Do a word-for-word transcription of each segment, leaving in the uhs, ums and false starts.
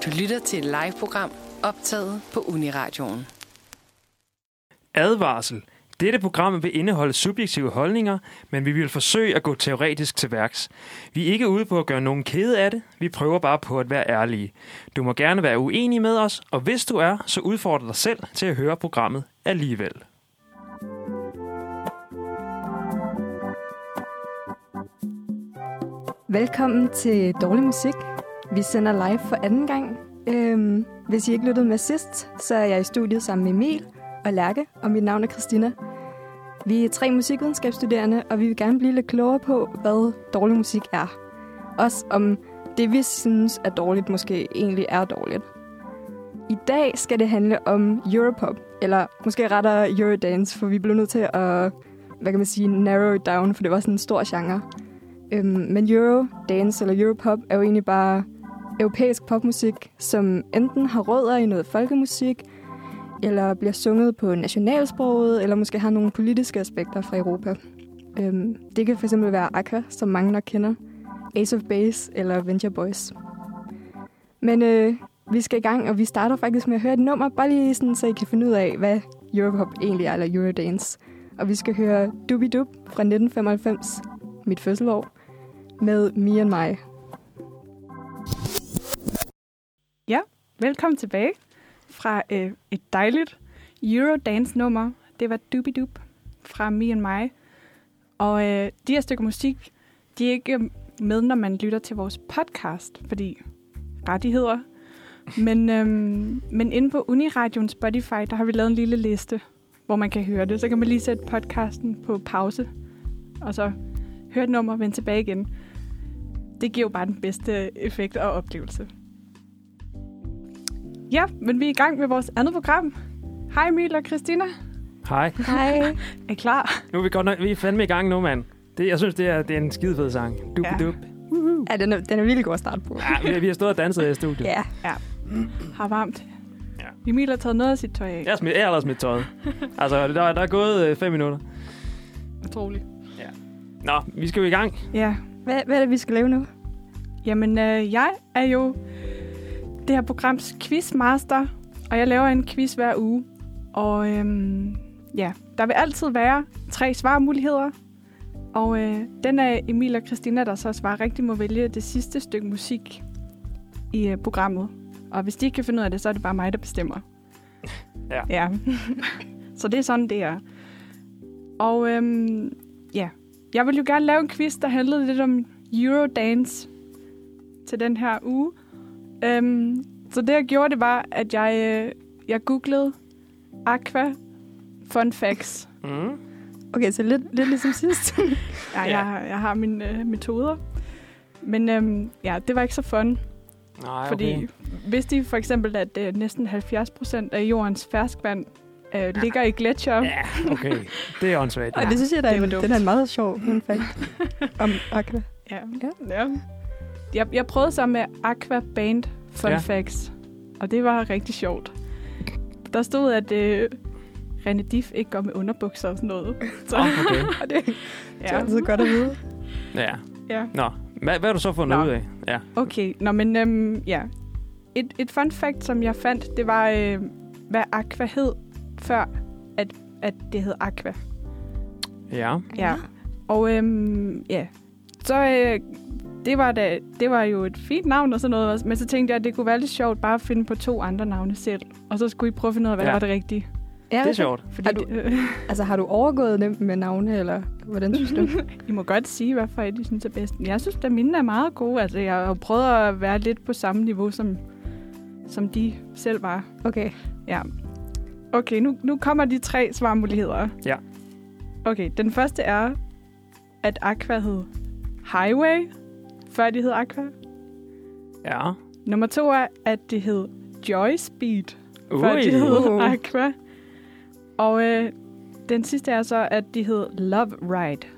Du lytter til et live-program optaget på Uniradioen. Advarsel. Dette program vil indeholde subjektive holdninger, men vi vil forsøge at gå teoretisk til værks. Vi er ikke ude på at gøre nogen kede af det. Vi prøver bare på at være ærlige. Du må gerne være uenig med os, og hvis du er, så udfordrer dig selv til at høre programmet alligevel. Velkommen til Dårlig Musik. Vi sender live for anden gang. Øhm, hvis I ikke lyttede med sidst, så er jeg i studiet sammen med Emil og Lærke, og mit navn er Christina. Vi er tre musikvidenskabsstuderende, og vi vil gerne blive lidt klogere på, hvad dårlig musik er. Også om det, vi synes er dårligt, måske egentlig er dårligt. I dag skal det handle om Europop, eller måske rettere Eurodance, for vi blev nødt til at, hvad kan man sige, narrow it down, for det var sådan en stor genre. Øhm, men Eurodance eller Europop er jo egentlig bare europæisk popmusik, som enten har rødder i noget folkemusik, eller bliver sunget på nationalsproget, eller måske har nogle politiske aspekter fra Europa. Øhm, det kan fx være Aqua, som mange nok kender, Ace of Base eller Venture Boys. Men øh, vi skal i gang, og vi starter faktisk med at høre et nummer, bare lige sådan, så I kan finde ud af, hvad Europop egentlig er, eller Eurodance. Og vi skal høre Doobie-Doo fra nitten femoghalvfems, mit fødselsår, med Me and My. Ja, velkommen tilbage fra øh, et dejligt Eurodance-nummer. Det var Doobie-Doo fra Me and My. Og øh, de her stykker musik, de er ikke med, når man lytter til vores podcast, fordi rettigheder. Men, øhm, men inde på Uniradioen Spotify, der har vi lavet en lille liste, hvor man kan høre det. Så kan man lige sætte podcasten på pause, og så høre et nummer og vende tilbage igen. Det giver jo bare den bedste effekt og oplevelse. Ja, men vi er i gang med vores andet program. Hej Emil og Christina. Hej. Hej. Er I klar? Nu er vi godt nok, vi er fandme i gang nu, mand. Det, jeg synes, det er, det er en skide fed sang. Doobie-Doo. Ja, den er, den er virkelig god at starte på. Ja, vi, vi har stået og danset i studiet. Ja. Ja. Har varmt. Ja. Emil har taget noget af sit tøj af. Jeg har, smidt, jeg har allerede smidt tøjet. Altså, der, der er gået øh, fem minutter. Utroligt. Ja. Nå, vi skal jo i gang. Ja. Hvad, hvad er det, vi skal lave nu? Jamen, øh, jeg er jo det her programs quizmaster, og jeg laver en quiz hver uge. Og øhm, ja, der vil altid være tre svarmuligheder. Og øh, den er Emil og Christina, der så svarer rigtigt, må vælge det sidste stykke musik i øh, programmet. Og hvis de ikke kan finde ud af det, så er det bare mig, der bestemmer. Ja. Ja. Så det er sådan, det er. Og øhm, ja, jeg vil jo gerne lave en quiz, der handlede lidt om Eurodance til den her uge. Øhm, så det, jeg gjorde, det var, at jeg, øh, jeg googlede Aqua Fun Facts. Mm. Okay, så lidt, lidt ligesom sidst. Ja, jeg, har- jeg har mine øh, metoder. Men øhm, ja, det var ikke så fun. Nej, okay. Fordi vidste I for eksempel, at øh, næsten halvfjerds procent af jordens ferskvand øh, ligger i gletsjer? Ja, okay. Det er åndssvagt. Og det synes jeg, der det er, var en, dumt. den er en meget sjov fun fact om Aqua. Ja. Ja. Ja. Jeg, jeg prøvede så med Aqua Band Fun Ja. Facts, og det var rigtig sjovt. Der stod, at øh, René Dif ikke går med underbukser og sådan noget. Så, Oh, okay. Og det, det er ja. altid godt at vide. Ja. Ja. Nå, hvad, hvad har du så fundet Nå. ud af? Ja. Okay, nå, men øhm, ja. Et, et fun fact, som jeg fandt, det var, øh, hvad Aqua hed, før at, at det hed Aqua. Ja. Ja. Og øhm, ja, så øh, det, var da, det var jo et fint navn og sådan noget, men så tænkte jeg, at det kunne være lidt sjovt bare at finde på to andre navne selv. Og så skulle I prøve at finde ud af, hvad Ja. ja. var det rigtige. Ja, Det er sjovt. Fordi Har du- det, øh, Altså, har du overgået dem med navne, eller hvordan synes du? I må godt sige, hvad for et I synes er bedst. Jeg synes, at mine er meget gode. Altså, jeg har jo prøvet at være lidt på samme niveau, som, som de selv var. Okay. Ja. Okay, nu, nu kommer de tre svarmuligheder. Ja. Okay, den første er, at Aqua hed Highway, før de hed Aqua. Ja. Nummer to er, at det hed Joy Speed, før Ui. de hed Uh. Aqua. Og øh, den sidste er så, at de hed Love Ride.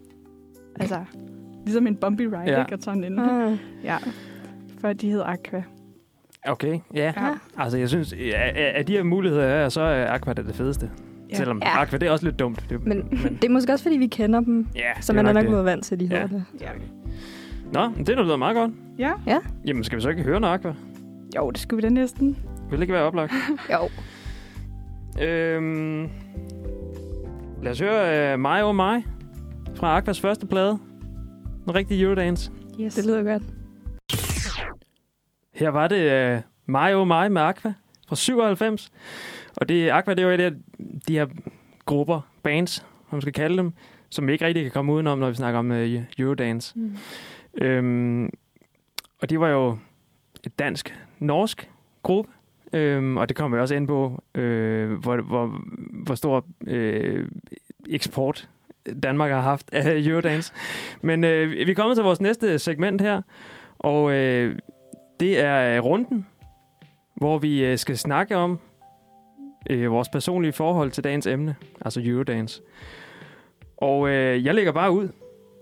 Altså, ligesom en bumpy ride, Ja. ikke? Og sådan en. Ah. Ja, før de hed Aqua. Okay, ja. Ja. Altså, jeg synes, af, af de her muligheder her, så er Aqua det, det fedeste. Ja. Selvom Ja. Aqua, det er også lidt dumt. Det, Men det er måske også, fordi vi kender dem, ja, så det er man er nok det. blevet vant til, at de Ja. hedder det. Ja. Nå, men det lyder meget godt. Ja. Ja. Jamen, skal vi så ikke høre noget Aqua? Jo, det skulle vi da næsten. Vil det ikke være oplagt? Jo. øhm, lad os høre uh, My Oh My fra Aquas første plade. En rigtig Eurodance. Yes. Det lyder godt. Her var det uh, My Oh My med Aqua fra syvoghalvfems. Og det, Aqua, det er jo et af de her grupper, bands, som man skal kalde dem, som vi ikke rigtig kan komme udenom, når vi snakker om uh, Eurodance. Mm. Øhm, og det var jo et dansk-norsk gruppe, øhm, og det kommer vi også ind på, øh, hvor, hvor, hvor stor øh, eksport Danmark har haft af Eurodance. Men øh, vi er kommet til vores næste segment her, og øh, det er runden, hvor vi øh, skal snakke om øh, vores personlige forhold til dagens emne, altså Eurodance. Og øh, jeg lægger bare ud.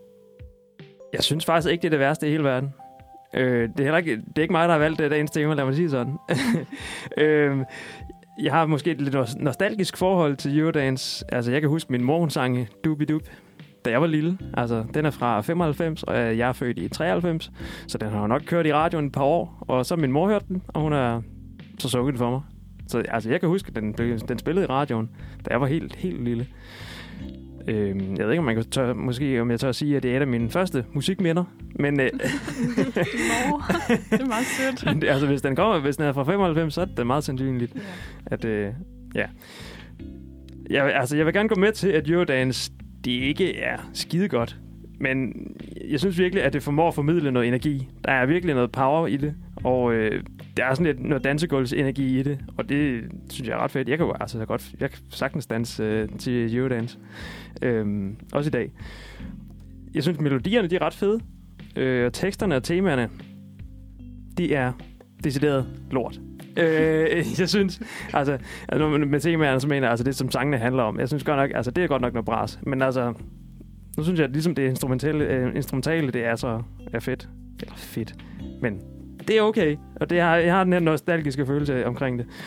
Jeg synes faktisk ikke, det er det værste i hele verden. Øh, det, er heller ikke, det er ikke mig, der har valgt det dagens tema, lad mig sige sådan. øh, jeg har måske et lidt nostalgisk forhold til Eurodance. Altså, jeg kan huske min mor, hun sang Doobie-Doop, da jeg var lille. Altså, den er fra femoghalvfems, og jeg er født i treoghalvfems, så den har nok kørt i radioen et par år, og så har min mor hørt den, og hun er så sunget den for mig. Så altså, jeg kan huske, at den, den spillede i radioen, da jeg var helt, helt lille. Øh, jeg ved ikke, om man kan tør, måske, om jeg tør at sige, at det er et af mine første musikminder, men øh, Nå, det er meget sødt. altså, hvis den kommer, hvis den er fra femoghalvfems, så er det meget sandsynligt, yeah. at øh, ja. Jeg, altså, jeg vil gerne gå med til, at Eurodance, det ikke er skide godt, men jeg synes virkelig, at det formår at formidle noget energi. Der er virkelig noget power i det, og øh, der er sådan lidt noget dansegulvsenergi i det, og det synes jeg er ret fedt. Jeg kan jo altså godt, jeg kan sagtens danse øh, til Eurodance, øhm, også i dag. Jeg synes, melodierne, de er ret fede, øh, og teksterne og temaerne, de er decideret lort. øh, jeg synes, altså, altså med temaerne, så mener jeg, altså det, som sangene handler om, jeg synes godt nok, altså det er godt nok noget bras, men altså, nu synes jeg, at ligesom det instrumentale, øh, instrumentale det er så er fedt, eller fedt, men det er okay, og det har, jeg har den her nostalgiske følelse omkring det.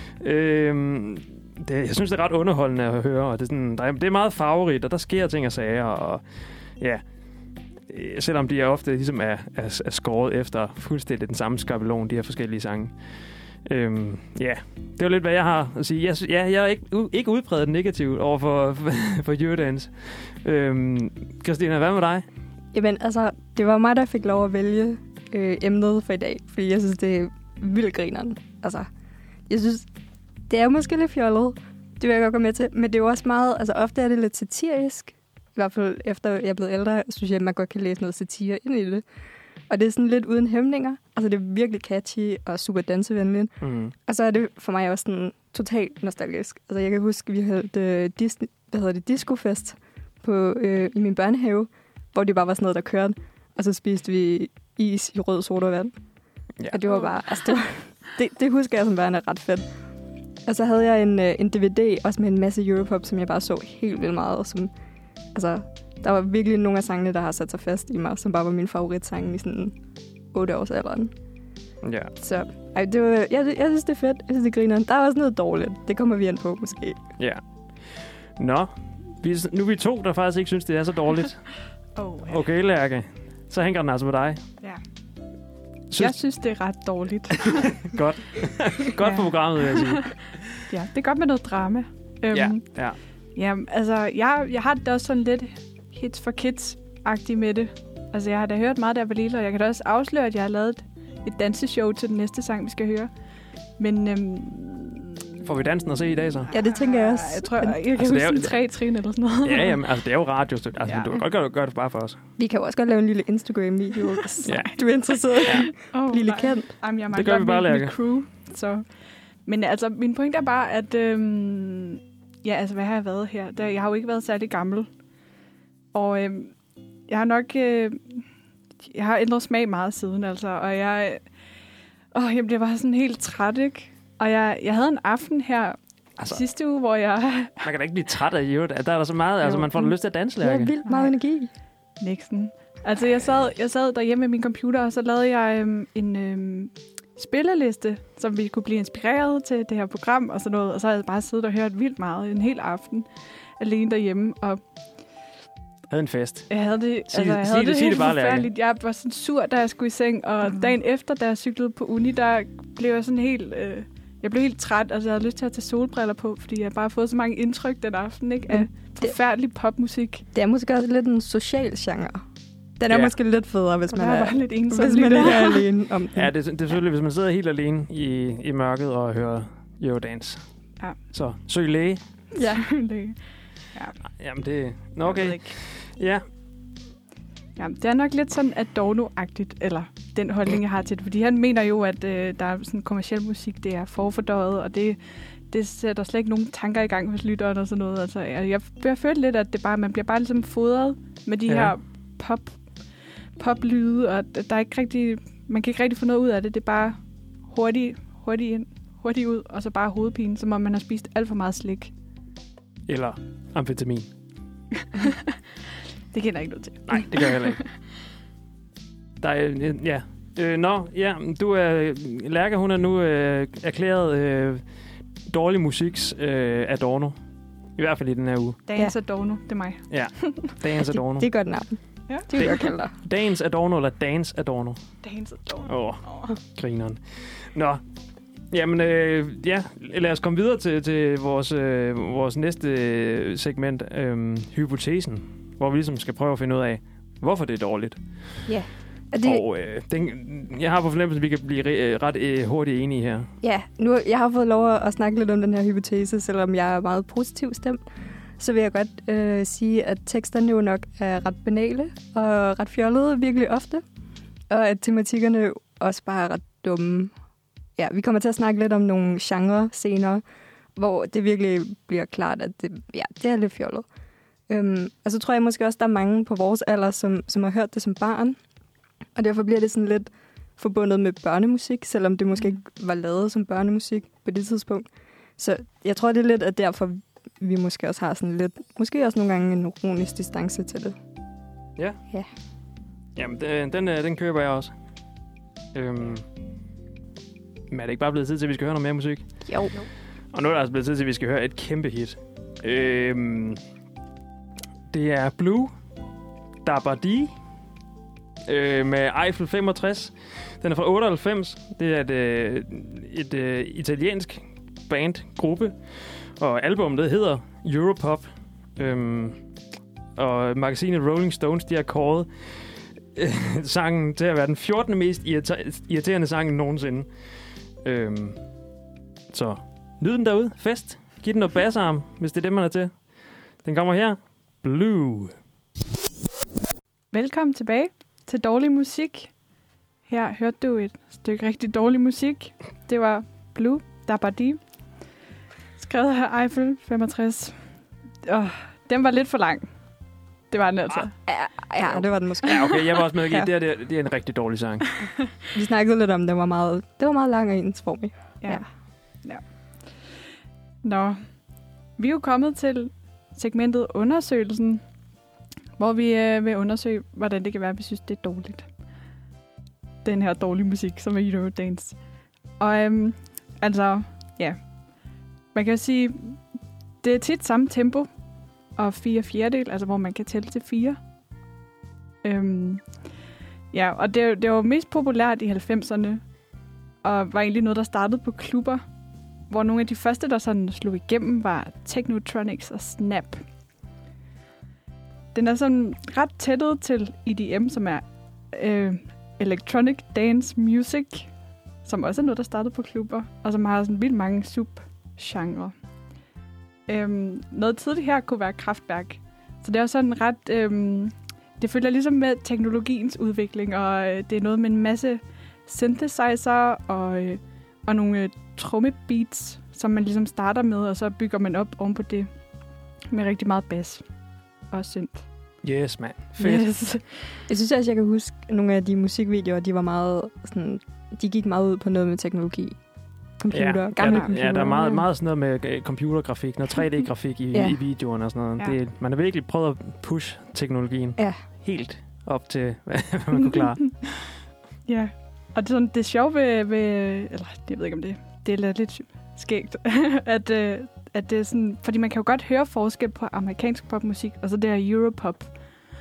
Øhm, det. Jeg synes, det er ret underholdende at høre, og det er, sådan, der er, det er meget farverigt, og der sker ting og sager, og ja, selvom de er ofte ligesom er, er, er skåret efter fuldstændig den samme skabelon, de her forskellige sange. Øhm, ja, det var lidt, hvad jeg har at sige. Jeg, ja, jeg er ikke, u, ikke udpræget negativt over for, for, for Eurodance. Øhm, Christina, hvad med dig? Jamen, altså, det var mig, der fik lov at vælge øh, emnet for i dag, fordi jeg synes, det er vildt grineren. Altså, jeg synes, det er jo måske lidt fjollet, det vil jeg godt gå med til, men det er jo også meget, altså ofte er det lidt satirisk, i hvert fald efter jeg er blevet ældre, synes jeg, at man godt kan læse noget satire ind i det. Og det er sådan lidt uden hæmninger. Altså, det er virkelig catchy og super dansevenligt. Mm. Og så er det for mig også sådan totalt nostalgisk. Altså, jeg kan huske, vi havde uh, Disney, hvad hedder det, discofest på, øh, i min børnehave, hvor det bare var sådan noget, der kørte. Og så spiste vi is i rød sodavand. Ja. Og det var bare, altså, det, var, det, det husker jeg som børn er ret fedt. Og så havde jeg en, øh, en D V D, også med en masse Europop, som jeg bare så helt vildt meget. Som, altså, der var virkelig nogle af sangene, der har sat sig fast i mig, som bare var min favoritsange i sådan otte års alderen. Ja. Så ej, det var, jeg, jeg synes, det er fedt. Jeg synes, det griner. Der er også noget dårligt. Det kommer vi ind på, måske. Ja. Nå, vi, nu er vi to, der faktisk ikke synes, det er så dårligt. oh, ja. Okay, Lærke. Så hænger den altså med dig. Ja. Synes... Jeg synes, det er ret dårligt. Godt. Godt ja. For programmet, vil jeg sige. Ja, det er godt med noget drama. Øhm, ja, ja. Ja, altså, jeg, jeg har det også sådan lidt hits for kids-agtigt med det. Altså, jeg har da hørt meget, der var lille, og jeg kan da også afsløre, at jeg har lavet et, et danseshow til den næste sang, vi skal høre. Men... Øhm, får vi dansen at se i dag, så? Ja, det tænker jeg også. Jeg tror, jeg, jeg kan altså, huske sådan tre trin eller sådan noget. Ja, jamen, altså, det er jo radio. Altså, ja. Du kan godt gøre, gøre det bare for os. Vi kan jo også godt lave en lille Instagram-video, hvis ja. du er interesseret i ja. at blive lidt kendt. Jamen, jeg det gør vi bare, mit, mit crew, så... Men altså, min point er bare, at... Øhm, ja, altså, hvad har jeg været her? Der, jeg har jo ikke været særlig gammel. Og øhm, jeg har nok... Øh, jeg har ændret smag meget siden, altså. Og jeg... Åh, jeg bliver bare sådan helt træt, ikke? Og jeg, jeg havde en aften her altså, sidste uge, hvor jeg... Man kan da ikke blive træt af Eurodance. Der er der så meget... Jo. Altså, man får lyst til at danse, Lærke. Ja, vildt meget energi. Næsten. Altså, jeg sad, jeg sad derhjemme med min computer, og så lavede jeg øhm, en... Øhm, spilleliste, som vi kunne blive inspireret til det her program og sådan noget. Og så havde jeg bare siddet og hørt vildt meget en hel aften alene derhjemme. Og havde en fest. Jeg havde det, Sig altså, det- jeg sig havde det- det sig helt det bare, Lærke. forfærdeligt. Jeg var sådan sur, da jeg skulle i seng, og dagen efter, da jeg cyklede på uni, der blev jeg sådan helt... Øh, jeg blev helt træt, altså jeg havde lyst til at tage solbriller på, fordi jeg bare har fået så mange indtryk den aften, ikke? Af Men forfærdelig popmusik. Det er måske også lidt en social genre. Den er Ja. måske lidt federe, hvis Og man der er, var lidt ensom hvis lige man der. er alene om den. Ja, det, det er selvfølgelig, hvis man sidder helt alene i, i mørket og hører Eurodance. Ja. Så søg læge. Ja, det, ja. Jamen det... Nå, Jeg okay. ved ikke. Ja, Ja, det er nok lidt sådan Adorno-agtigt, eller den holdning, jeg har til det. Fordi han mener jo, at øh, der er sådan kommerciel musik, det er forfordøjet, og det, det sætter slet ikke nogen tanker i gang hos lytteren og sådan noget. Altså, jeg, jeg, jeg føler lidt, at det bare, man bliver bare ligesom fodret med de Ja. her pop, pop-lyde, og at der er ikke rigtig, man kan ikke rigtig få noget ud af det. Det er bare hurtigt, hurtigt ind, hurtigt ud, og så bare hovedpine, som om man har spist alt for meget slik. eller amfetamin. Det kender jeg ikke noget til. Nej, det gør jeg heller ikke. Der er, øh, ja. Øh, nå, ja, du er... Lærke, hun er nu øh, erklæret øh, dårlig musiks øh, Adorno. I hvert fald i den her uge. Dagens Adorno, det er mig. Ja, dagens Adorno. Det, det er godt navn. Ja. Det vil jeg kalde dig. Dagens Adorno eller dagens Adorno. Dagens Adorno. Åh, oh, grineren. Nå, jamen øh, ja, lad os komme videre til, til vores, øh, vores næste øh, segment, øh, hypotesen, hvor vi ligesom skal prøve at finde ud af, hvorfor det er dårligt. Ja. Og det, Og øh, den, jeg har på fornemmelsen, at vi kan blive øh, ret øh, hurtigt enige her. ja, nu, jeg har fået lov at snakke lidt om den her hypotese, selvom jeg er meget positiv stemt. Så vil jeg godt øh, sige, at teksterne jo nok er ret banale og ret fjollede virkelig ofte. Og at tematikkerne også bare er ret dumme. Ja, vi kommer til at snakke lidt om nogle genre senere, hvor det virkelig bliver klart, at det, ja, det er lidt fjollet. Øhm, og så tror jeg måske også, der er mange på vores alder, som, som har hørt det som barn. Og derfor bliver det sådan lidt forbundet med børnemusik, selvom det måske ikke var lavet som børnemusik på det tidspunkt. Så jeg tror, det er lidt, at derfor vi måske også har sådan lidt, måske også nogle gange en ironisk distance til det. Ja. Ja. Jamen, den, den, øh, den køber jeg også. Øhm, men er det ikke bare blevet tid til, at vi skal høre noget mere musik? Jo. Og nu er det altså blevet tid til, at vi skal høre et kæmpe hit. Øhm, det er Blue, Dabadi, øh, med Eiffel femogtres. Den er fra otteoghalvfems. Det er et, øh, et øh, italiensk bandgruppe. Og albumet hedder Europop. Øhm, og magasinet Rolling Stones, de har kåret øh, sangen til at være den fjortende mest irriter- irriterende sang nogensinde. Øhm, så nyd den derude. Fest. Giv den noget bassarm, hvis det er det, man er til. Den kommer her. Blue. Velkommen tilbage til Dårlig Musik. Her hørte du et stykke rigtig dårlig musik. Det var Blue, Dabadi. Skrevet af Eiffel femogtres. Oh, den var lidt for lang. Det var den altså. Ja, ja, det var den måske. Ja, okay, jeg var også med at give, Ja. det, er, det er en rigtig dårlig sang. Vi snakkede lidt om, at den var meget, det var meget lang og ensformig. Ja. Ja. ja. Nå, vi er jo kommet til segmentet undersøgelsen, hvor vi øh, vil undersøge, hvordan det kan være, at vi synes, det er dårligt. Den her dårlige musik, som er Eurodance. Og øhm, altså, ja. Man kan jo sige, det er tit samme tempo, og fire fjerdedel, altså hvor man kan tælle til fire. Øhm, ja, og det, det var mest populært i halvfemserne, og var egentlig noget, der startede på klubber, hvor nogle af de første, der sådan slog igennem, var Technotronics og Snap. Den er sådan ret tættet til E D M, som er øh, Electronic Dance Music, som også er noget, der startede på klubber, og som har sådan vildt mange subgenre. Øhm, noget tidligt her kunne være Kraftwerk. Så det er sådan ret... Øhm, det følger ligesom med teknologiens udvikling, og øh, det er noget med en masse synthesizer og, øh, og nogle øh, trommebeats, som man ligesom starter med, og så bygger man op oven på det med rigtig meget bass og synth. Yes, man. Fedt. Yes. Jeg synes også, jeg kan huske nogle af de musikvideoer, de var meget sådan, de gik meget ud på noget med teknologi. Computer, Ja, gamle ja, computer. ja, der er meget, meget sådan noget med øh, computergrafik, noget tre D-grafik i, Ja. i videoerne og sådan noget. Ja. Det, man har virkelig prøvet at push teknologien Ja. helt op til, hvad man kunne klare. Ja, og det er, sådan, det er sjovt ved, ved... Eller, jeg ved ikke om det... Det er lidt skægt, at, øh, at det er sådan... Fordi man kan jo godt høre forskel på amerikansk popmusik, og så det her Europop.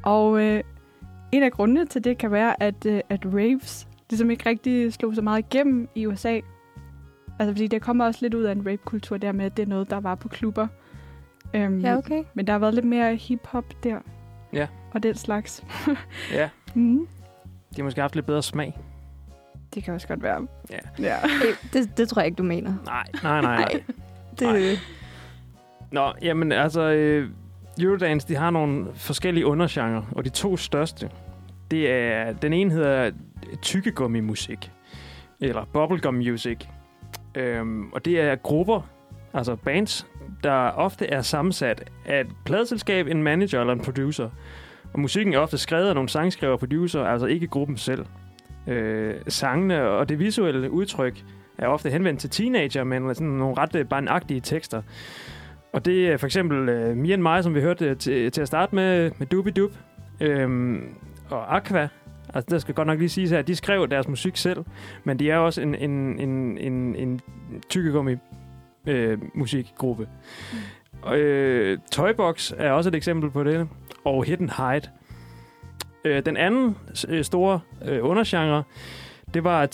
Og øh, en af grundene til det kan være, at, øh, at raves ligesom ikke rigtig slog så meget igennem i U S A. Altså, fordi det kommer også lidt ud af en rape-kultur der med, at det er noget, der var på klubber. Øhm, Ja, okay. Men der har været lidt mere hip-hop der. Ja. Og den slags. Ja. Mm. De har måske haft lidt bedre smag. Det kan også godt være. Ja. Ja. Hey, det, det tror jeg ikke, du mener. Nej, nej, nej. nej. Det, Nej. Nå, jamen altså, øh, Eurodance, de har nogle forskellige undergenrer, og de to største, det er, den ene hedder tykkegummi-musik, eller bubblegum music, øhm, og det er grupper, altså bands, der ofte er sammensat af et pladeselskab, en manager eller en producer, og musikken er ofte skrevet af nogle sangskriver og producer, altså ikke gruppen selv. Øh, sangene og det visuelle udtryk er ofte henvendt til teenager, men sådan nogle ret barnagtige tekster. Og det er for eksempel uh, Me and My, som vi hørte til, til at starte med, med Doobie Doop, øhm, og Aqua. Altså, der skal godt nok lige sige her, at de skrev deres musik selv, men de er også en, en, en, en, en tykkegummi øh, musikgruppe. Mm. Og, øh, Toybox er også et eksempel på det, og Hidden Hide. Øh, den anden øh, store øh, undergenre, det var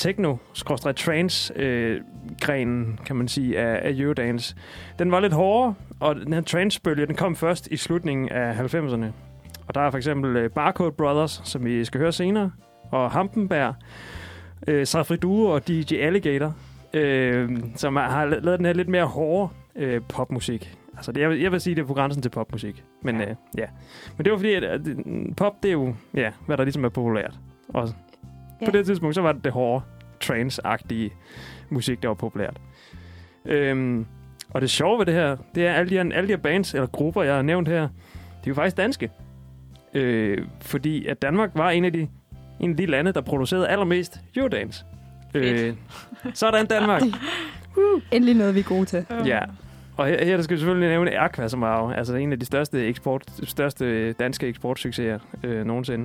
techno-trance-grenen, øh, kan man sige, af, af Eurodance. Den var lidt hårdere, og den her trance-bølge, den kom først i slutningen af halvfemserne. Og der er for eksempel øh, Barcode Brothers, som vi skal høre senere, og Hampenberg, øh, Safri Duo og D J Alligator, øh, som har lavet den her lidt mere hårde øh, popmusik. Altså, det, jeg, vil, jeg vil sige, det er på grænsen til popmusik. Men ja. Øh, ja. Men det var fordi, at, at pop, det er jo, ja, hvad der ligesom er populært. Og ja. På det tidspunkt, så var det det hårde, trance-agtige musik, der var populært. Øhm, og det sjove ved det her, det er alle de her, alle de her bands, eller grupper, jeg har nævnt her, de er jo faktisk danske. Øh, fordi at Danmark var en af de, en af de lande, der producerede allermest Eurodance. Øh, sådan Danmark. uh, endelig noget, vi er gode til. Ja. Og her, her der skal vi selvfølgelig nævne Aqua, som er jo, altså en af de største, eksport, største danske eksportsucceser øh, nogensinde.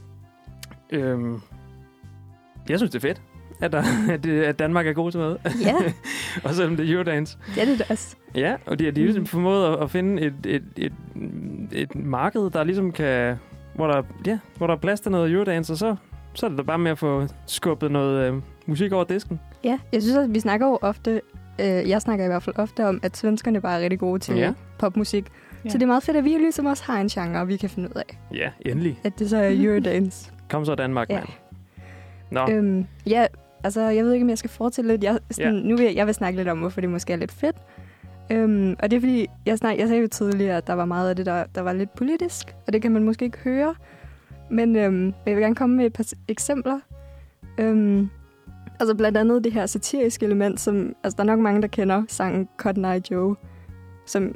Øhm, jeg synes, det er fedt, at, der, at, det, at Danmark er god til noget. Ja. Og selvom det er Eurodance. Ja, det er det også. Ja, og de har ligesom mm. formået at, at finde et, et, et, et marked, der ligesom kan, hvor der, ja, hvor der er plads til noget Eurodance, og så, så er det da bare med at få skubbet noget øh, musik over disken. Ja, jeg synes, at vi snakker jo ofte, øh, jeg snakker i hvert fald ofte om, at svenskerne bare er rigtig gode til ja. popmusik. Ja. Så det er meget fedt, at vi ligesom også har en genre, vi kan finde ud af. Ja, endelig. At det så er Eurodance. Kom så Danmark, ja. mand. Nå. Øhm, ja, altså, jeg ved ikke, om jeg skal fortælle lidt. Jeg, sådan, ja. Nu vil jeg, jeg vil snakke lidt om, hvorfor det måske er lidt fedt. Øhm, og det er fordi, jeg, snak, jeg sagde jo tidligere, at der var meget af det, der, der var lidt politisk. Og det kan man måske ikke høre. Men øhm, jeg vil gerne komme med et par eksempler. Øhm, altså blandt andet det her satiriske element, som... Altså, der er nok mange, der kender sangen Cotton Eye Joe, som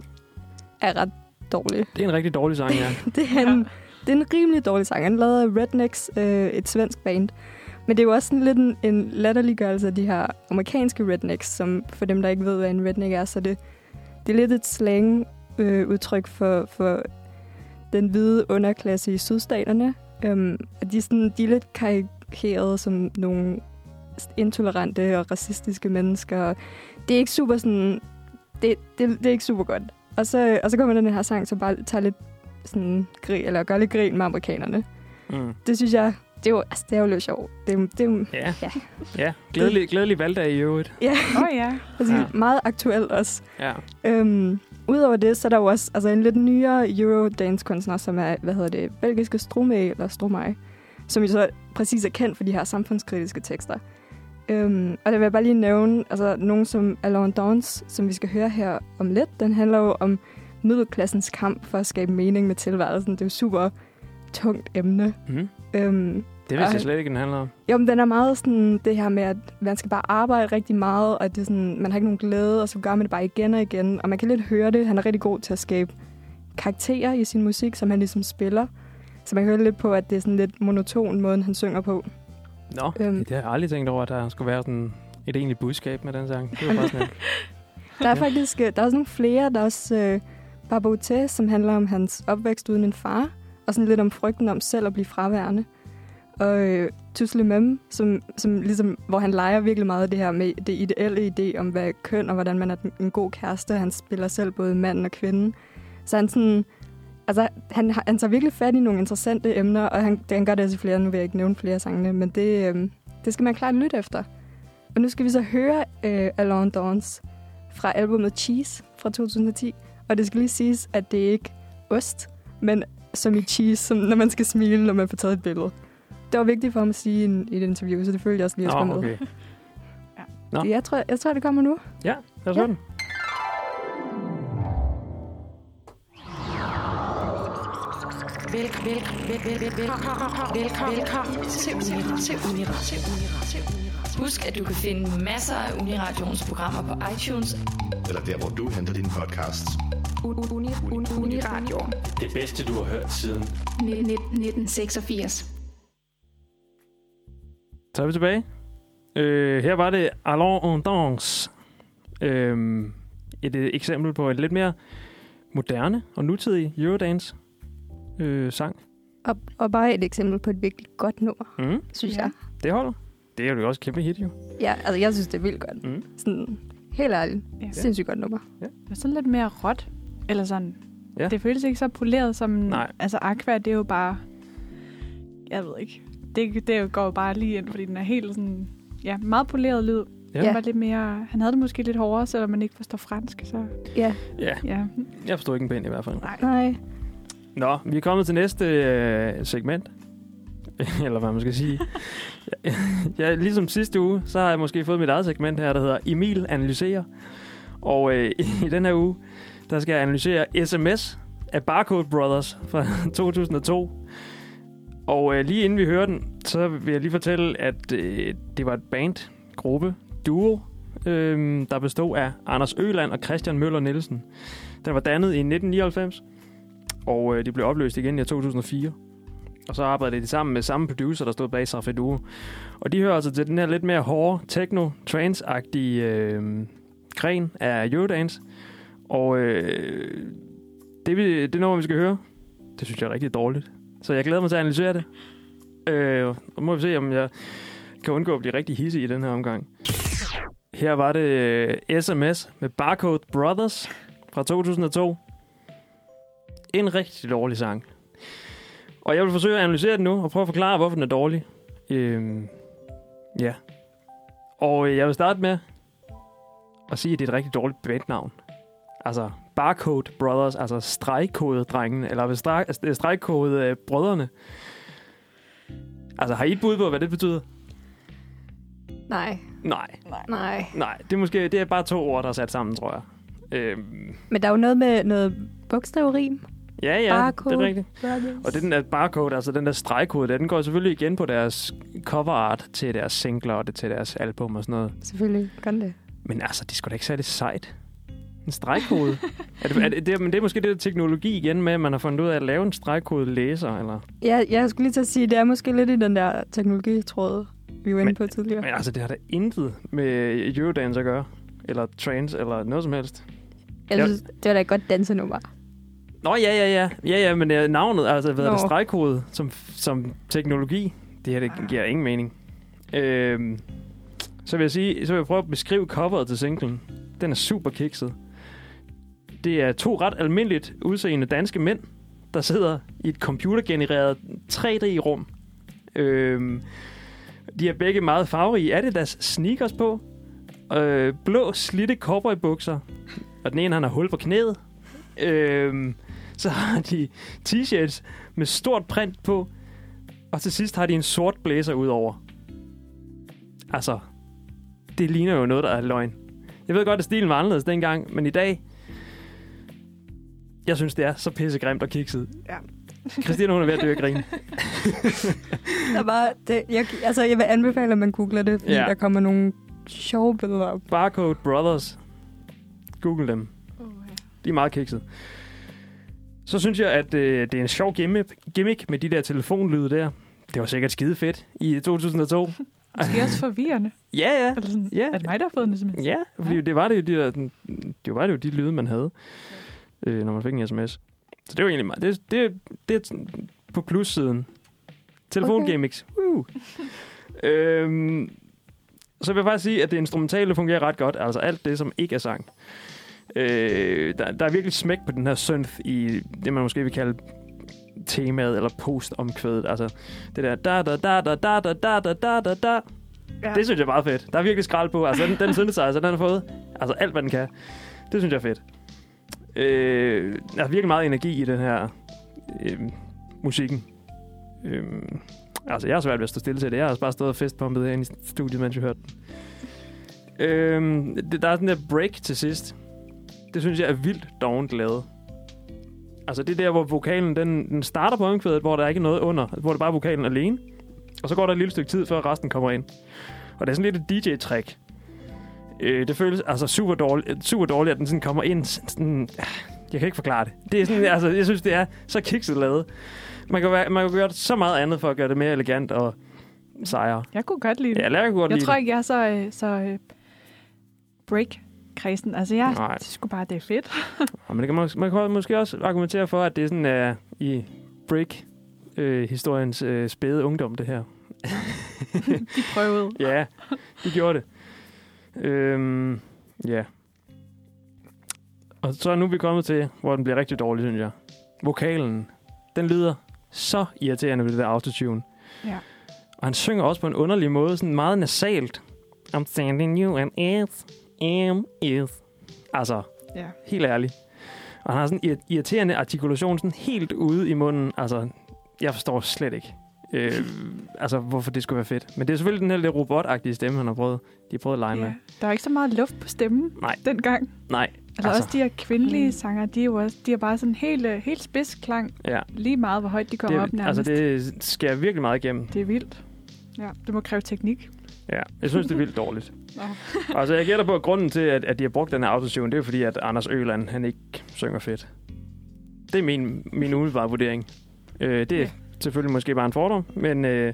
er ret dårlig. Det er en rigtig dårlig sang, ja. det, er en, det er en rimelig dårlig sang. Han lavede af Rednecks, øh, et svensk band. Men det er jo også sådan lidt en, en latterliggørelse af de her amerikanske rednecks, som for dem, der ikke ved, hvad en redneck er, så det, det er lidt et slang-udtryk øh, for, for den hvide underklasse i sydstaterne. Um, og de er, sådan, de er lidt karikerede som nogle intolerante og racistiske mennesker. Det er ikke super sådan... Det, det, det er ikke super godt. Og så, og så kommer den her sang, som bare tager lidt sådan grin, eller gør lidt grin med amerikanerne. Mm. Det synes jeg... Det er jo, altså, det er jo lidt sjovt. Det er, det er, ja. ja. ja. Glædelig, glædelig valgdag i øvrigt. Ja. Åh oh, ja. Altså, ja. Meget aktuelt også. Ja. Øhm, Udover det, så er der jo også altså, en lidt nyere Eurodance-kunstner, som er, hvad hedder det, belgiske Stromae, eller Stromae, som jo så præcis er kendt for de her samfundskritiske tekster. Øhm, og der vil jeg bare lige nævne, altså nogen som Alone Dance, som vi skal høre her om lidt, den handler jo om middelklassens kamp for at skabe mening med tilværelsen. Det er jo super tungt emne. Mm. Øhm, det vidste jeg slet ikke, den handler om. Jo, men den er meget sådan det her med, at man skal bare arbejde rigtig meget, og det er sådan, man har ikke nogen glæde, og så gør man det bare igen og igen. Og man kan lidt høre det. Han er rigtig god til at skabe karakterer i sin musik, som han ligesom spiller. Så man kan høre lidt på, at det er sådan lidt monoton måden, han synger på. Nå, øhm, det har jeg aldrig tænkt over, at der skulle være sådan et egentligt budskab med den sang. Det var bare sådan Der er faktisk der er også nogle flere. Der er også uh, Barboté, som handler om hans opvækst uden en far, og sådan lidt om frygten om selv at blive fraværende. Og øh, Tusle Mem, som, som ligesom, hvor han leger virkelig meget af det her med det ideelle idé om, hvad køn og hvordan man er en god kæreste. Han spiller selv både mand og kvinde. Så han sådan, altså, han, han tager virkelig fat i nogle interessante emner, og han, han gør det altså flere, nu vil jeg ikke nævne flere sangene, men det, øhm, det skal man klart lytte efter. Og nu skal vi så høre øh, Alain Dance fra albumet Cheese fra to tusind og ti, og det skal lige siges, at det er ikke ost, men som i cheese, som når man skal smile, når man får taget et billede. Det var vigtigt for ham at sige i, i et interview, så det følte jeg også lige at skulle Nå, med. okay. Så jeg tror, jeg tror, det kommer nu. Ja, lad os høre den. Velkommen, velkommen, velkommen til Uniradio. Husk, at du kan finde masser af Uniradions programmer på iTunes. Eller der, hvor du henter dine podcasts. Uniradio. Det bedste, du har hørt siden nitten seksogfirs. Så er vi tilbage. Øh, her var det Alain Dance. Øh, et, et eksempel på et lidt mere moderne og nutidig Eurodance øh, sang. Og, og bare et eksempel på et virkelig godt nummer, Mm, synes Ja. jeg. det holder. Det er jo også et kæmpe hit, jo. Ja, altså jeg synes, det er vildt godt. Mm. Sådan, helt ærligt. Ja. Sindssygt godt nummer. Det var sådan lidt mere råt. Eller sådan. Ja. Det føles ikke så poleret som... Nej. Altså Aqua, det er jo bare... Jeg ved ikke. Det, det går jo bare lige ind, fordi den er helt sådan... Ja, meget poleret lyd. Ja. Ja. Var lidt mere, han havde det måske lidt hårdere, selvom man ikke forstår fransk. Så Ja, Ja, ja. jeg forstår ikke en pind i hvert fald. Nej. nej. Nå, vi er kommet til næste øh, segment. Eller hvad man skal sige. ja, ja, ligesom sidste uge, så har jeg måske fået mit eget segment her, der hedder Emil analyserer. Og øh, i den her uge, der skal jeg analysere S M S af Barcode Brothers fra to tusind og to. Og øh, lige inden vi hører den, så vil jeg lige fortælle, at øh, det var et band, gruppe, duo, øh, der bestod af Anders Øland og Christian Møller Nielsen. Den var dannet i nitten nioghalvfems, og øh, de blev opløst igen i to tusind og fire. Og så arbejdede de sammen med samme producer, der stod bag Safri Duo. Og de hører altså til den her lidt mere hårde, techno-trance-agtige øh, gren af Eurodance. Og øh, det, vi, det nummer, vi skal høre, det synes jeg er rigtig dårligt. Så jeg glæder mig til at analysere det. Øh, og må vi se, om jeg kan undgå at blive rigtig hissig i den her omgang. Her var det øh, S M S med Barcode Brothers fra to tusind og to. En rigtig dårlig sang. Og jeg vil forsøge at analysere den nu, og prøve at forklare, hvorfor den er dårlig. Øhm, ja. Og jeg vil starte med at sige, at det er et rigtig dårligt bandnavn. Altså, Barcode Brothers, altså stregkode-drengene, eller stregkode stregkode-brødrene. Altså, har I et bud på, hvad det betyder? Nej. Nej. Nej. Nej, det er måske det er bare to ord, der er sat sammen, tror jeg. Øhm, Men der er jo noget med noget bogstavrim. ja, ja, Barcode det er rigtigt. Brothers. Og det den der barcode, altså den der stregkode, der, den går selvfølgelig igen på deres cover art til deres singler og det til deres album og sådan noget. Selvfølgelig gør den det. Men altså, det er sgu da ikke særlig sejt. En stregkode. er det, er det, det, men det er måske det der teknologi igen med, at man har fundet ud af at lave en stregkode læser, eller? Ja, jeg skulle lige til at sige, det er måske lidt i den der teknologitråd, vi var inde Men- på tidligere. Men altså, det har da intet med Eurodance at gøre. Eller trance, eller noget som helst. Jeg synes, det var da et godt dansenummer. Nå, ja, ja, ja. Ja, ja, men uh, navnet, altså, hvad er det, Nå. stregkode som, som teknologi, det her, det giver ingen mening. Øhm, så vil jeg sige, så vil jeg prøve at beskrive coveret til singlen. Den er super kikset. Det er to ret almindeligt udseende danske mænd, der sidder i et computergenereret tre D-rum. Øhm, de er begge meget farverige. Adidas sneakers på. Øh, blå, slitte cowboybukser. Og den ene, han har hul på knæet. Øhm, så har de t-shirts med stort print på. Og til sidst har de en sort blæser udover. Altså, det ligner jo noget, der er løgn. Jeg ved godt, at stilen var anderledes dengang, men i dag... Jeg synes, det er så pissegrimt og kikset. Ja. Christina, hun er ved at dø af grin. Der var det, jeg, altså, jeg vil anbefale, at man googler det, fordi Ja. ja. der kommer nogle sjove billeder op. Barcode Brothers. Google dem. Oh, ja. De er meget kikset. Så synes jeg, at øh, det er en sjov gimmick, gimmick med de der telefonlyde der. Det var sikkert skide fedt i to tusind og to. Måske også forvirrende. Ja, ja. Eller sådan, Ja. Er det mig, der har fået den sms? Ja, fordi Ja. det var det jo de der, det var det jo de lyde, man havde, øh, når man fik en sms. Så det var egentlig meget. Det, det, det er på plussiden. Telefongimmicks. Okay. øhm, så vil jeg faktisk sige, at det instrumentale fungerer ret godt. Altså alt det, som ikke er sang. Øh, der, der er virkelig smæk på den her synth i det, man måske vil kalde temaet eller post-omkvædet. Altså, det der da da da da da da da da da da da. Ja. Det synes jeg er meget fedt. Der er virkelig skrald på. Altså, den, den synthesizer, den har fået altså alt, hvad den kan. Det synes jeg er fedt. Øh, der er virkelig meget energi i den her øh, musikken. Øh, altså, jeg har svært ved at stå stille til det. Jeg har også bare stået og festpumpet herinde i studiet, mens jeg hørte den. Øh, det, der er den der break til sidst. Det synes jeg er vildt dovent lavet. Altså, det er der, hvor vokalen, den, den starter på omkvædet, hvor der ikke er noget under, hvor det bare er vokalen alene. Og så går der et lille stykke tid, før resten kommer ind. Og det er sådan lidt et D J-trick. Øh, det føles altså super dårligt, super dårligt, at den sådan kommer ind. Sådan, jeg kan ikke forklare det. Det er sådan, altså, jeg synes, det er så kikset lavet. Man kan, være, man kan gøre så meget andet for at gøre det mere elegant og sejre. Jeg kunne godt lide det. Ja, jeg kunne godt jeg lide tror det. ikke, jeg er så, så break-kredsen. Altså, jeg Nej. synes sgu bare, det er fedt. Ja, men det kan man, man kan måske også argumentere for, at det er sådan uh, i break-historiens uh, spæde ungdom, det her. De prøvede. Ja, de gjorde det. Øhm, ja. Og så er nu vi kommet til, hvor den bliver rigtig dårlig, synes jeg. Vokalen, den lyder så irriterende ved det der autotune. Ja. Og han synger også på en underlig måde, sådan meget nasalt. I'm sending you an is, am is. Altså, ja. Helt ærligt. Og han har sådan en irriterende artikulation, sådan helt ude i munden. Altså, jeg forstår slet ikke. Øh, altså, hvorfor det skulle være fedt. Men det er selvfølgelig den her lidt robotagtige stemme, han har prøvet. De har prøvet at lege ja. med. Der er ikke så meget luft på stemmen Nej. dengang. Nej. Altså, altså også de her kvindelige mm. sanger, de er jo også, de er bare sådan helt, helt spidsklang. Ja. Lige meget, hvor højt de kommer det, op nærmest. Altså, det skærer virkelig meget igennem. Det er vildt. Ja, det må kræve teknik. Ja, jeg synes, det er vildt dårligt. Altså, jeg gætter på, at grunden til, at, at de har brugt den her autotune, det er fordi, at Anders Øland, han ikke synger fedt. Det er min, min umiddelbare vurdering. Øh, det er ja. selvfølgelig måske bare en fordom, men øh,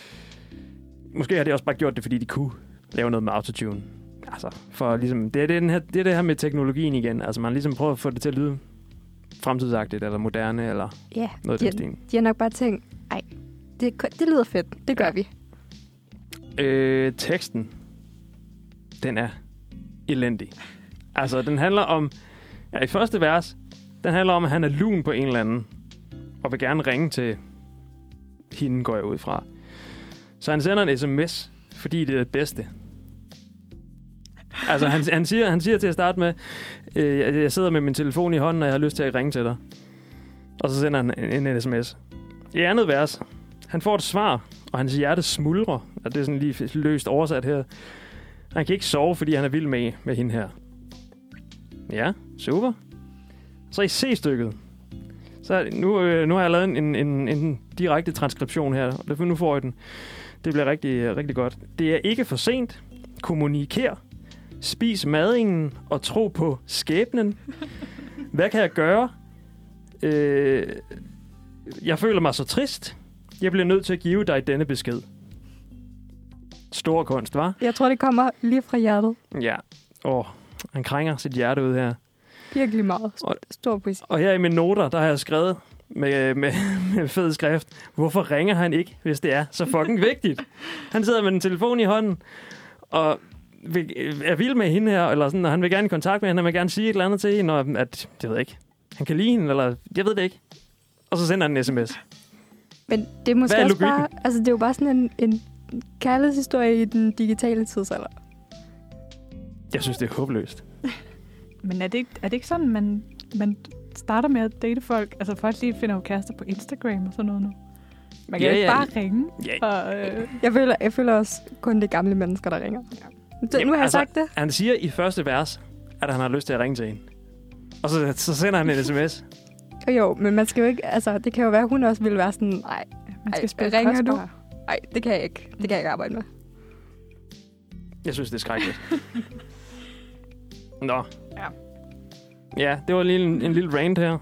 måske har de også bare gjort det, fordi de kunne lave noget med autotune. Altså, for ligesom, det er det, den her, det er det her med teknologien igen. Altså, man ligesom prøver at få det til at lyde fremtidsagtigt, eller moderne, eller ja, noget de, af den stil. De har nok bare tænkt, ej, det, det lyder fedt, det gør ja. vi. Øh, teksten, den er elendig. Altså, den handler om, ja, i første vers, den handler om, at han er lun på en eller anden, og vil gerne ringe til hende, går jeg ud fra. Så han sender en sms, fordi det er det bedste. Altså, han, han, siger, han siger til at starte med, øh, jeg, jeg sidder med min telefon i hånden, og jeg har lyst til at ringe til dig. Og så sender han en, en sms. I andet vers, han får et svar, og hans hjerte smuldrer. Og det er sådan lige løst oversat her. Han kan ikke sove, fordi han er vild med, med hende her. Ja, super. Så i C-stykket. Så nu, øh, nu har jeg lavet en, en, en direkte transkription her, og nu får jeg den. Det bliver rigtig, rigtig godt. Det er ikke for sent. Kommuniker. Spis madingen og tro på skæbnen. Hvad kan jeg gøre? Øh, jeg føler mig så trist. Jeg bliver nødt til at give dig denne besked. Stor kunst, hva'? Jeg tror, det kommer lige fra hjertet. Ja. Åh, han krænger sit hjerte ud her. Virkelig meget. Stor poesi. Og her i mine noter, der har jeg skrevet med, med, med fed skrift, hvorfor ringer han ikke, hvis det er så fucking vigtigt? Han sidder med en telefon i hånden, og er vild med hende her, eller sådan, og han vil gerne i kontakt med hende, han vil gerne sige et eller andet til hende, og at, det ved jeg ikke, han kan lide hende, eller jeg ved det ikke. Og så sender han en sms. Men det er måske er også bare, altså det er jo bare sådan en, en kærlighedshistorie i den digitale tidsalder. Jeg synes, det er håbløst. Men er det ikke, er det ikke sådan, man, man starter med at date folk? Altså folk lige finder jo kærester på Instagram og sådan noget nu. Man kan ja, ikke ja, bare ja. ringe. Ja. Og, øh... jeg, føler, jeg føler også kun det gamle mennesker, der ringer. Ja. Så, Jamen, nu har jeg altså, sagt det. Han siger i første vers, at han har lyst til at ringe til hende. Og så, så sender han en sms. Jo, men man skal jo ikke, altså det kan jo være, hun også ville være sådan, nej, man skal spille ringer du? Nej, det kan jeg ikke. Det kan jeg ikke arbejde med. Jeg synes, det er skrækkeligt. Nå. Ja. Ja, det var lige en, en lille rant her.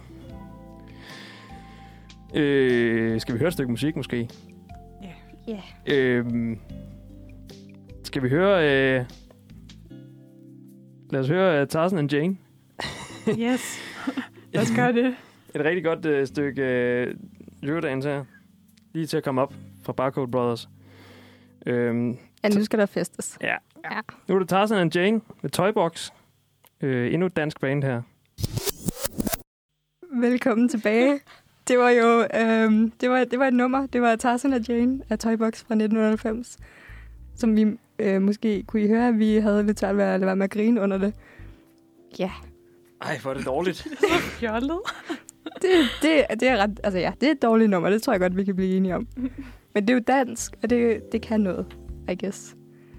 Øh, skal vi høre et stykke musik, måske? Ja. Yeah. Yeah. Øh, skal vi høre... Øh, lad os høre uh, Tarzan and Jane. Yes. Lad os gøre det. Et rigtig godt uh, stykke uh, Eurodance her. Lige til at komme op fra Barcode Brothers. Øhm, ja, nu skal der festes. Ja. ja. Nu er det Tarzan and Jane med Toybox. Øh, endnu et dansk band her. Velkommen tilbage. Det var jo øhm, det var, det var et nummer. Det var Tarzan og Jane af Toybox fra nitten halvfems, som vi øh, måske kunne I høre, at vi havde lidt svært ved at lade være med at grine under det. Ja. Ej, hvor er det dårligt. Fjollet. Det, det, det er ret, altså ja, det er et dårligt nummer. Det tror jeg godt, vi kan blive enige om. Men det er jo dansk, og det, det kan noget, I guess.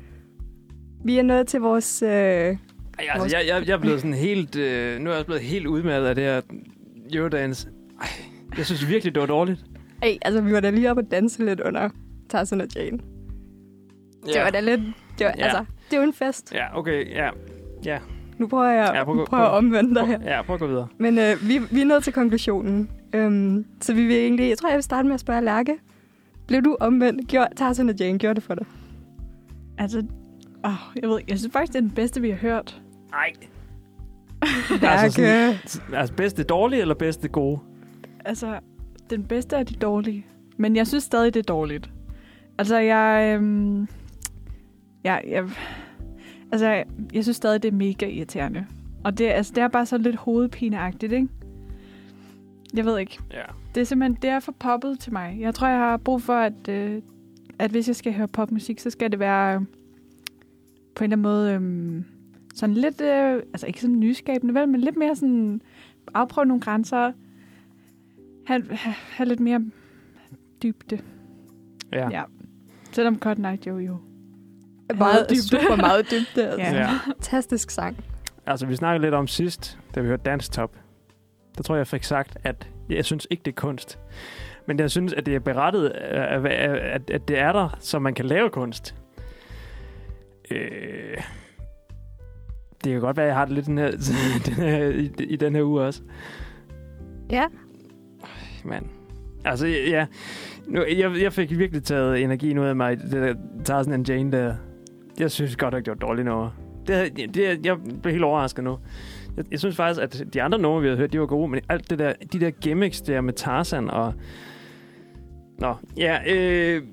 Vi er nået til vores... Øh, Ej, altså, jeg, jeg, jeg er blevet sådan helt... Øh, nu er jeg også blevet helt udmattet af det her Eurodance. Ej, jeg synes virkelig, det var dårligt. Ej, altså, vi var da lige oppe og danse lidt under Tarzan og Jane. Ja. Det var da lidt... Det var, Ja. altså, det er jo en fest. Ja, okay, ja. Ja, Nu prøver jeg Ja, prøv- prøver prøv- at omvende dig her. ja prøv at gå videre. Men øh, vi, vi er nået til konklusionen. Øhm, så vi vil egentlig... Jeg tror, jeg vil starte med at spørge Lærke. Blev du omvendt? Gjorde Tarzan og Jane gjorde det for dig? Altså, åh, jeg ved jeg synes faktisk, det er den bedste, vi har hørt. Nej. Lærke. Altså, sådan, altså bedste dårlige eller bedste gode? Altså, den bedste er de dårlige. Men jeg synes stadig, det er dårligt. Altså, jeg... Øhm, jeg, jeg altså, jeg, jeg synes stadig, det er mega irriterende. Og det, altså, det er bare så lidt hovedpineagtigt, ikke? Jeg ved ikke. Ja. Det er simpelthen, det er for poppet til mig. Jeg tror, jeg har brug for, at, øh, at hvis jeg skal høre popmusik, så skal det være øh, på en eller anden måde øh, sådan lidt, øh, altså ikke sådan nyskabende, vel, men lidt mere sådan afprøve nogle grænser, have, have, have lidt mere dybde. Ja. Ja. Selvom Cut Night Joe jo. Meget dybde. super meget dybde. Altså. Ja. Ja. Fantastisk sang. Altså, vi snakkede lidt om sidst, da vi hørte Dance Top. Der tror jeg, jeg fik sagt, at jeg synes ikke, det er kunst. Men jeg synes, at det er berettet, at, at, at det er der, så man kan lave kunst. Øh, det kan godt være, at jeg har det lidt den her, den her, i, i den her uge også. Ja. Men, altså, ja. Nu, jeg, jeg fik virkelig taget energien ud af mig, det der Tarzan and Jane der. Jeg synes godt, at det var dårligt nummer. Det, det, jeg blev helt overrasket nu. Jeg, jeg synes faktisk, at de andre numre, vi havde hørt, de var gode, men alt det der, de der gimmicks der med Tarzan og... Nå, ja, øh...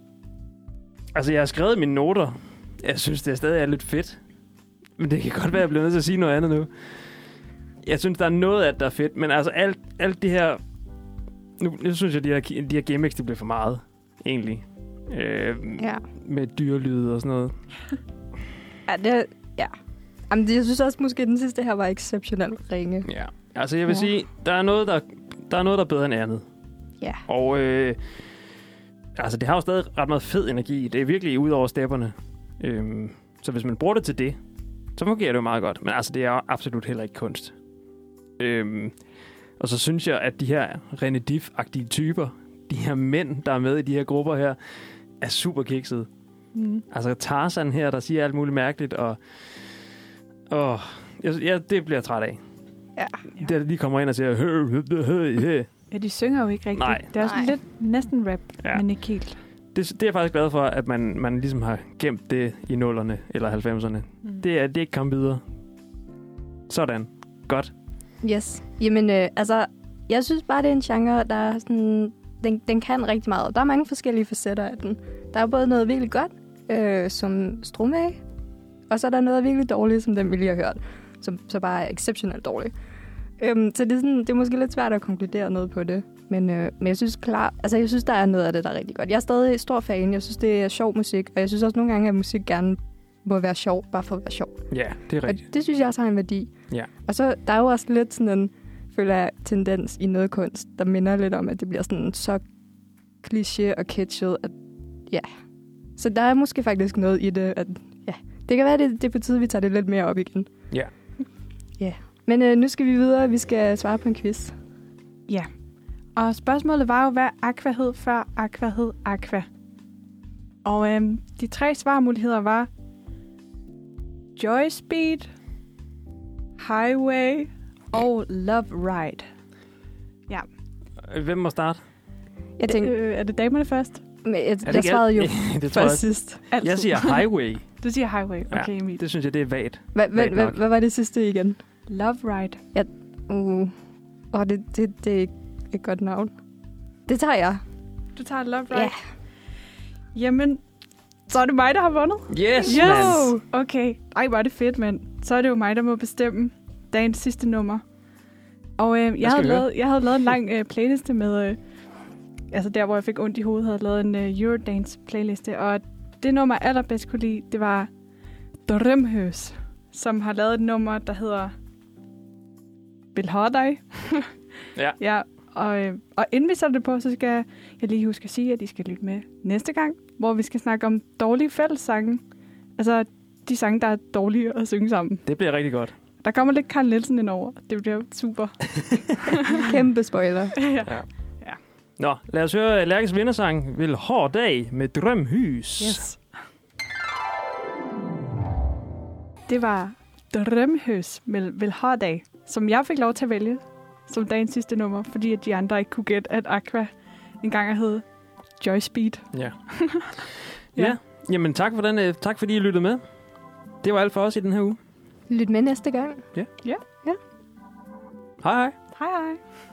Altså, jeg har skrevet mine noter. Jeg synes, det er stadig er lidt fedt. Men det kan godt være, at jeg bliver nødt til at sige noget andet nu. Jeg synes, der er noget af det, der er fedt, men altså, alt, alt det her... Nu, nu synes jeg, at de her, de her gimmicks, det bliver for meget, egentlig. Øh, Ja. Med dyrelyde og sådan noget. Ja, det... Ja. Jamen, det, jeg synes også, måske den sidste her var exceptionelt ringe. Ja, altså jeg vil Ja. sige, der er noget, der, der er noget, der er bedre end andet. Ja. Og øh, altså det har jo stadig ret meget fed energi. Det er virkelig ud over stepperne. Øhm, så hvis man bruger det til det, så fungerer det jo meget godt. Men altså det er jo absolut heller ikke kunst. Øhm, og så synes jeg, at de her René Diff-agtige typer, de her mænd, der er med i de her grupper her, er super kiksede. Mm. Altså Tarzan her, der siger alt muligt mærkeligt, og åh, jeg, jeg, det bliver jeg træt af. Ja. Det, der lige kommer ind og siger, hø, hø, hø, hø. Ja, de synger jo ikke rigtigt. Nej. Det er også Nej. lidt næsten rap, Ja. ja. men ikke helt. Det, det er jeg faktisk glad for, at man, man ligesom har gemt det i nullerne eller halvfemserne. Mm. Det er, det er ikke kommet videre. Sådan. Godt. Yes. Jamen, øh, altså, jeg synes bare, det er en genre, der er sådan... Den, den kan rigtig meget. Der er mange forskellige facetter af den. Der er både noget virkelig godt, øh, som Stromae, og så er der noget virkelig dårligt, som den vi lige har hørt, som så bare er exceptionelt dårligt. Øhm, så det er, sådan, det er måske lidt svært at konkludere noget på det, men, øh, men jeg synes klar, altså jeg synes, der er noget af det, der er rigtig godt. Jeg er stadig stor fan. Jeg synes, det er sjov musik, og jeg synes også nogle gange, at musik gerne må være sjov, bare for at være sjov. Ja, det er Og rigtigt. det synes jeg også har en værdi. Ja. Og så der er jo også lidt sådan en, føler jeg, tendens i noget kunst, der minder lidt om, at det bliver sådan så kliché og kitschet, at ja. Så der er måske faktisk noget i det, at ja, det kan være, det, det er på tide, vi tager det lidt mere op igen. Ja. Ja. Men øh, nu skal vi videre, vi skal svare på en quiz. Ja. Og spørgsmålet var jo, hvad Aqua hed før Aqua hed Aqua. Og øhm, de tre svarmuligheder var Joy Speed, Highway og Love Ride. Hvem må starte? Jeg tænkte, Øh, er det damerne først? men jeg, Er det jeg ikke- svarede jo det tror jeg. først sidst. Altid. Jeg siger highway. Du siger Highway. Okay, Ja, Emil. det synes jeg, det er vagt. Hvad, hvad, Vagt hvad, nok. hvad var det sidste igen? Love Ride. Uh, oh, det, det, det er ikke et godt navn. Det tager jeg. Du tager Love Ride. Ja. Jamen, Så er det mig, der har vundet? Yes, Yo! mand. Okay. Ej, hvor er det fedt, mand. Så er det jo mig, der må bestemme dagens sidste nummer. Og øh, jeg, havde lavet, jeg havde lavet en lang øh, playliste med... Øh, altså der, hvor jeg fik ondt i hovedet, havde jeg lavet en øh, Eurodance playliste. Og det nummer, jeg allerbedst kunne lide, det var Drømhøs, som har lavet et nummer, der hedder Vil ha dig. Ja. Ja, og, øh, og inden vi sætter det på, så skal jeg lige huske at sige, at I skal lytte med næste gang, hvor vi skal snakke om dårlige fællessange. Altså de sange, der er dårlige at synge sammen. Det bliver rigtig godt. Der kommer lidt Carl Nielsen ind over. Det bliver super. Kæmpe spoiler. Ja. Ja. Nå, lad os høre Lærkes vindersang Vil hård dag med Drømhus. Yes. Det var Drømhus med Vil ha dig, som jeg fik lov til at vælge som dagens sidste nummer, fordi at de andre ikke kunne gætte, at Aqua engang hed Joy Speed. Ja. Ja. Ja. Jamen tak for den. øh, Tak fordi I lyttede med. Det var alt for os i den her uge. Lyt med næste gang. Ja. Ja. Ja. Hej hej. Hej hej.